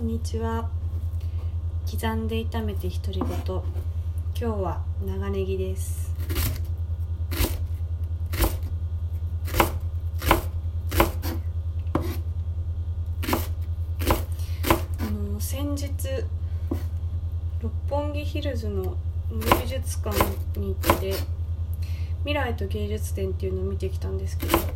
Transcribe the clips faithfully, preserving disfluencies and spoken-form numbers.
んにちは。刻んで炒めて独り言。今日は長ネギです。あの先日六本木ヒルズの美術館に行って未来と芸術展っていうのを見てきたんですけど、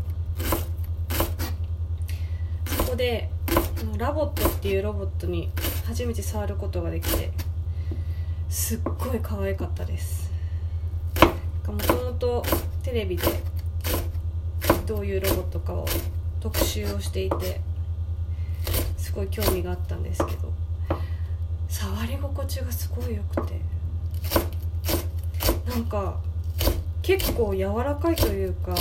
そこでラボットっていうロボットに初めて触ることができて、すっごい可愛かったです。もともとテレビでどういうロボットかを特集をしていて、すごい興味があったんですけど、触り心地がすごい良くて、なんか結構柔らかいというか、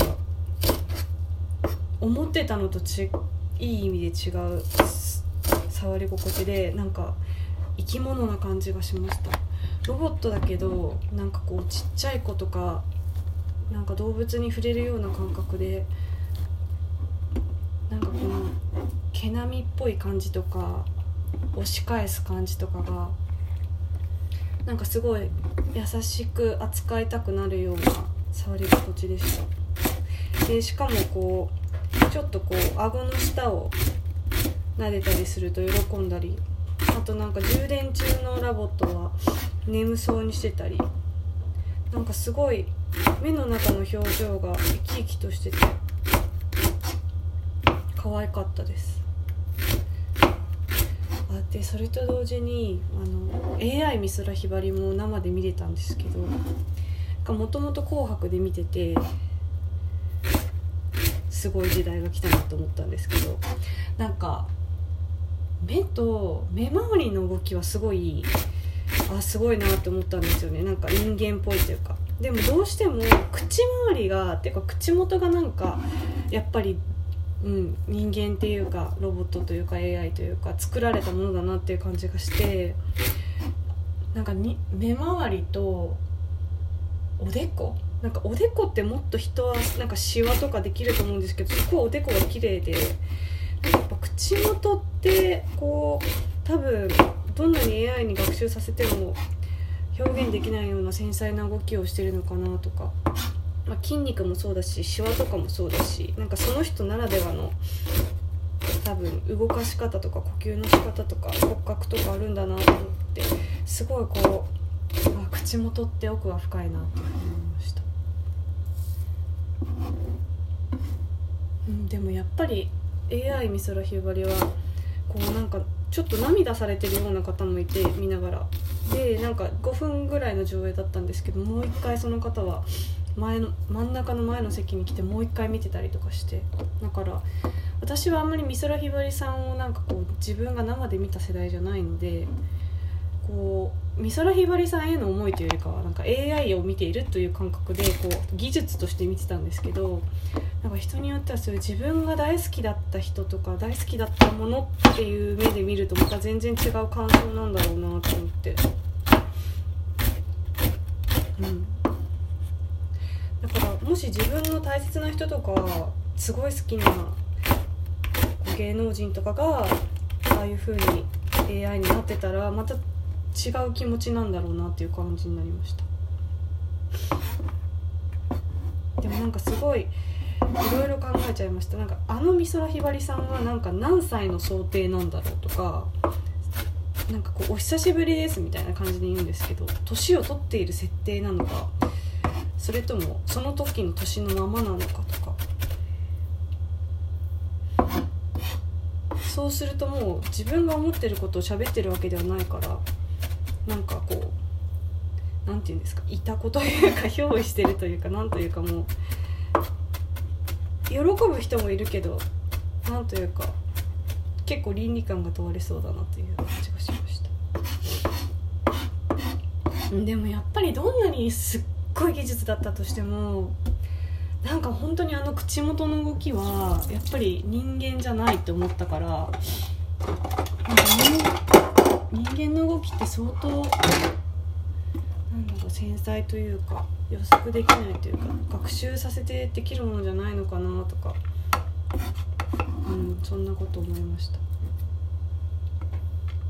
思ってたのとちいい意味で違う触り心地で、なんか生き物な感じがしました。ロボットだけどなんかこうちっちゃい子とかなんか動物に触れるような感覚で、なんかこの毛並みっぽい感じとか押し返す感じとかがなんかすごい優しく扱いたくなるような触り心地でした。でしかもこうちょっとこう顎の下を撫でたりすると喜んだり、あとなんか充電中のラボットは眠そうにしてたり、なんかすごい目の中の表情が生き生きとしてて可愛かったです。あでそれと同時にあの エーアイ 美空ひばりも生で見れたんですけど、もともと紅白で見ててすごい時代が来たなと思ったんですけど、なんか目と目周りの動きはすごいあすごいなって思ったんですよね。なんか人間っぽいというか。でもどうしても口周りがっていうか口元がなんかやっぱり、うん、人間っていうかロボットというか エーアイ というか作られたものだなっていう感じがして、なんかに目周りとおでこ、なんかおでこってもっと人はなんかシワとかできると思うんですけど、そこはおでこが綺麗で、やっぱ口元ってこう多分どんなに エーアイ に学習させても表現できないような繊細な動きをしてるのかなとか、まあ、筋肉もそうだしシワとかもそうだし、なんかその人ならではの多分動かし方とか呼吸の仕方とか骨格とかあるんだなと思って、すごいこう、まあ、口元って奥が深いなっていうふうに思いました。うん、でもやっぱりエーアイ 美空ひばりはこうなんかちょっと涙されてるような方もいて、見ながらでなんかごふんぐらいの上映だったんですけど、もう一回その方は前の真ん中の前の席に来てもう一回見てたりとかして、だから私はあんまり美空ひばりさんをなんかこう自分が生で見た世代じゃないので、こう美空ひばりさんへの思いというよりかはなんか エーアイ を見ているという感覚でこう技術として見てたんですけど、なんか人によってはそういう自分が大好きだった人とか大好きだったものっていう目で見るとまた全然違う感想なんだろうなと思って、うん、だからもし自分の大切な人とかすごい好きな芸能人とかがああいう風に エーアイ になってたらまた違う気持ちなんだろうなっていう感じになりました。でもなんかすごいいろいろ考えちゃいました。なんかあの美空ひばりさんはなんか何歳の想定なんだろうとか、なんかこうお久しぶりですみたいな感じで言うんですけど、年を取っている設定なのか、それともその時の年のままなのかとか、そうするともう自分が思ってることを喋ってるわけではないから、なんかこうなんていうんですか、いたこというか憑依してるというか、なんというかもう喜ぶ人もいるけど、なんというか結構倫理観が問われそうだなという感じがしました。でもやっぱりどんなにすっごい技術だったとしても、なんか本当にあの口元の動きはやっぱり人間じゃないって思ったから、なんか人間の動きって相当なんだろう、繊細というか予測できないというか学習させてできるものじゃないのかなとか、うん、そんなこと思いました。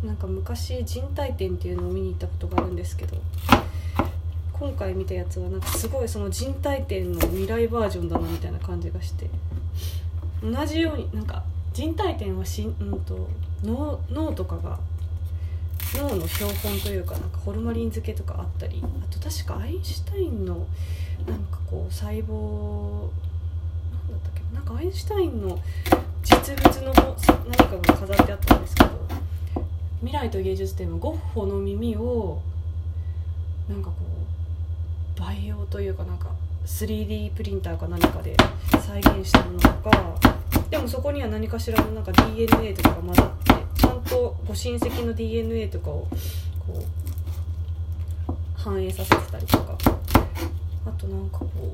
なんか昔人体展っていうのを見に行ったことがあるんですけど、今回見たやつはなんかすごいその人体展の未来バージョンだなみたいな感じがして、同じようになんか人体展はし、うん、と 脳, 脳とかが脳の標本というか、なんかホルマリン漬けとかあったり、あと確かアインシュタインのなんかこう細胞なんだったっけ、なんかアインシュタインの実物の何かが飾ってあったんですけど、未来と芸術展はゴッホの耳をなんかこう培養というか、なんか スリーディー プリンターか何かで再現したものとか、でもそこには何かしらのなんか ディーエヌエー とかが混ざって、ちゃんとご親戚の ディーエヌエー とかをこう反映させてたりとか、あとなんかこう、うん、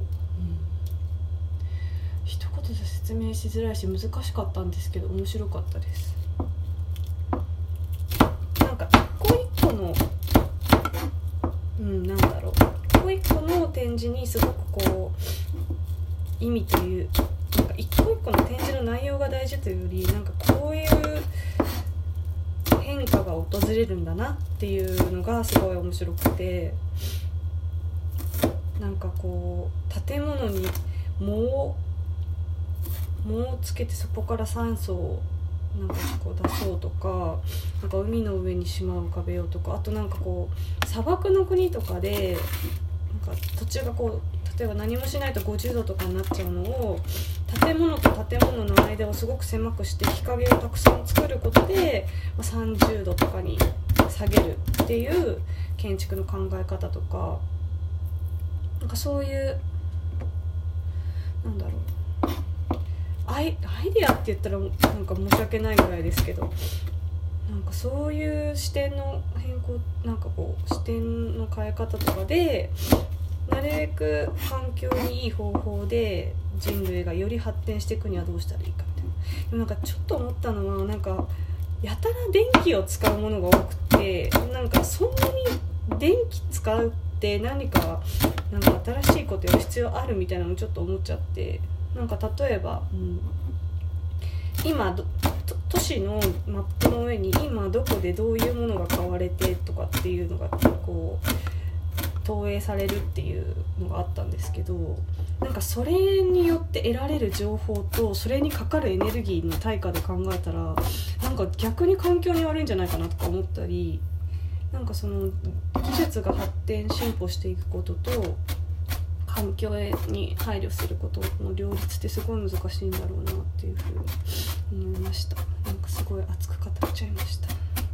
一言で説明しづらいし難しかったんですけど面白かったです。なんか一個一個の、うん、なんだろう、一個一個の展示にすごくこう意味という、なんか一個一個の展示の内容が大事というより、なんかこういう変化が訪れるんだなっていうのがすごい面白くて、なんかこう建物に藻を藻をつけてそこから酸素をなんかこう出そうとか、なんか海の上に島を浮かべようとか、あとなんかこう砂漠の国とかでなんか土地がこう例えば何もしないとごじゅうどとかになっちゃうのを、建物と建物の間をすごく狭くして日陰をたくさん作ることでさんじゅうどとかに下げるっていう建築の考え方とか、なんかそういうなんだろう、アイ、アイデアって言ったらなんか申し訳ないぐらいですけど、なんかそういう視点の変更、なんかこう視点の変え方とかでなるべく環境にいい方法で人類がより発展していくにはどうしたらいいかみたいな。でもなんかちょっと思ったのは、なんかやたら電気を使うものが多くて、なんかそんなに電気使うって何かなんか新しいことやる必要あるみたいなのをちょっと思っちゃって、なんか例えば、うん、今都市のマップの上に今どこでどういうものが買われてとかっていうのがこう投影されるっていうのがあったんですけど、なんかそれによって得られる情報とそれにかかるエネルギーの対価で考えたら、なんか逆に環境に悪いんじゃないかなとか思ったり、なんかその技術が発展進歩していくことと環境に配慮することの両立ってすごい難しいんだろうなっていうふうに思いました。なんかすごい熱く語っちゃいました。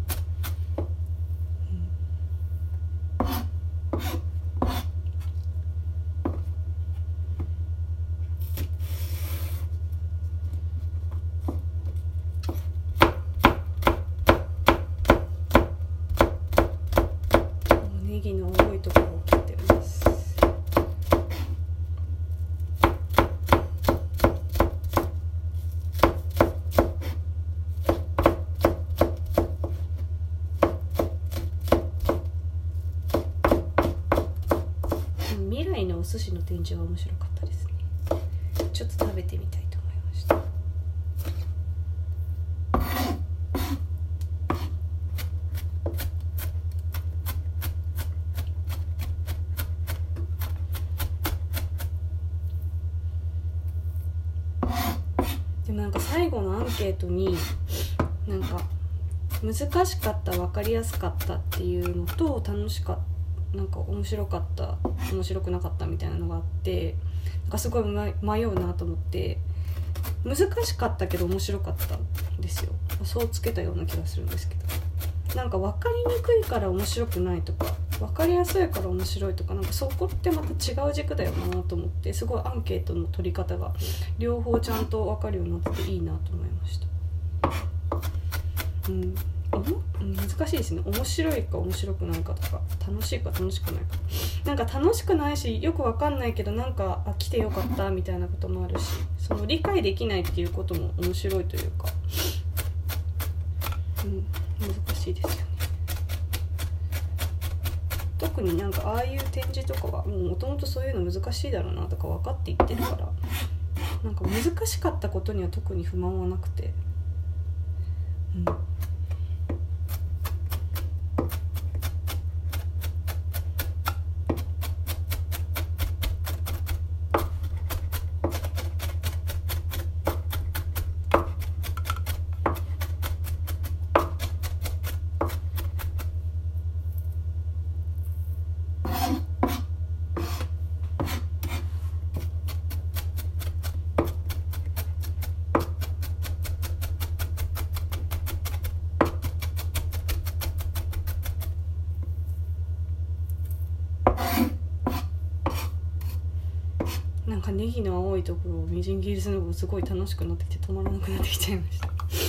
ネギの青いところを切ってます。未来のお寿司の展示は面白かったですね。ちょっと食べてみたいと思いました。でもなんか最後のアンケートになんか難しかった、分かりやすかったっていうのと楽しかった、なんか面白かった、面白くなかったみたいなのがあって、なんかすごい迷うなと思って、難しかったけど面白かったんですよ。そうつけたような気がするんですけど、なんか分かりにくいから面白くないとか、分かりやすいから面白いとか、なんかそこってまた違う軸だよなと思って、すごいアンケートの取り方が両方ちゃんと分かるようになってていいなと思いました。うん、難しいですね。面白いか面白くないかとか、楽しいか楽しくないか、なんか楽しくないしよくわかんないけど、なんかあ来てよかったみたいなこともあるし、その理解できないっていうことも面白いというか、うん、難しいですよね。特になんかああいう展示とかはもともとそういうの難しいだろうなとか分かっていってるから、なんか難しかったことには特に不満はなくて、うんネギの青いところをみじん切りするのがすごい楽しくなってきて止まらなくなってきちゃいました。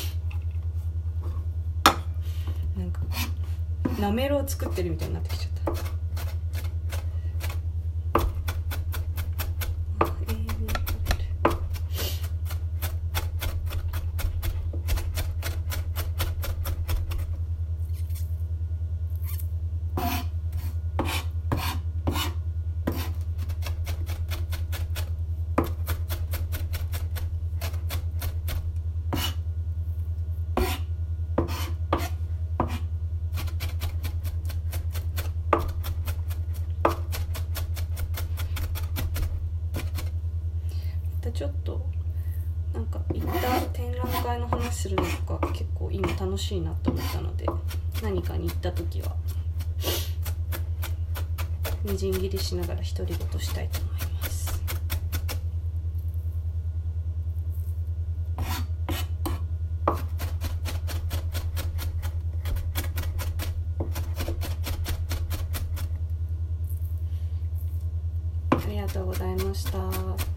なんかなめろう作ってるみたいになってきちゃった。ちょっとなんか行った展覧会の話するのとか結構今楽しいなと思ったので、何かに行った時はみじん切りしながら独り言したいと思います。ありがとうございました。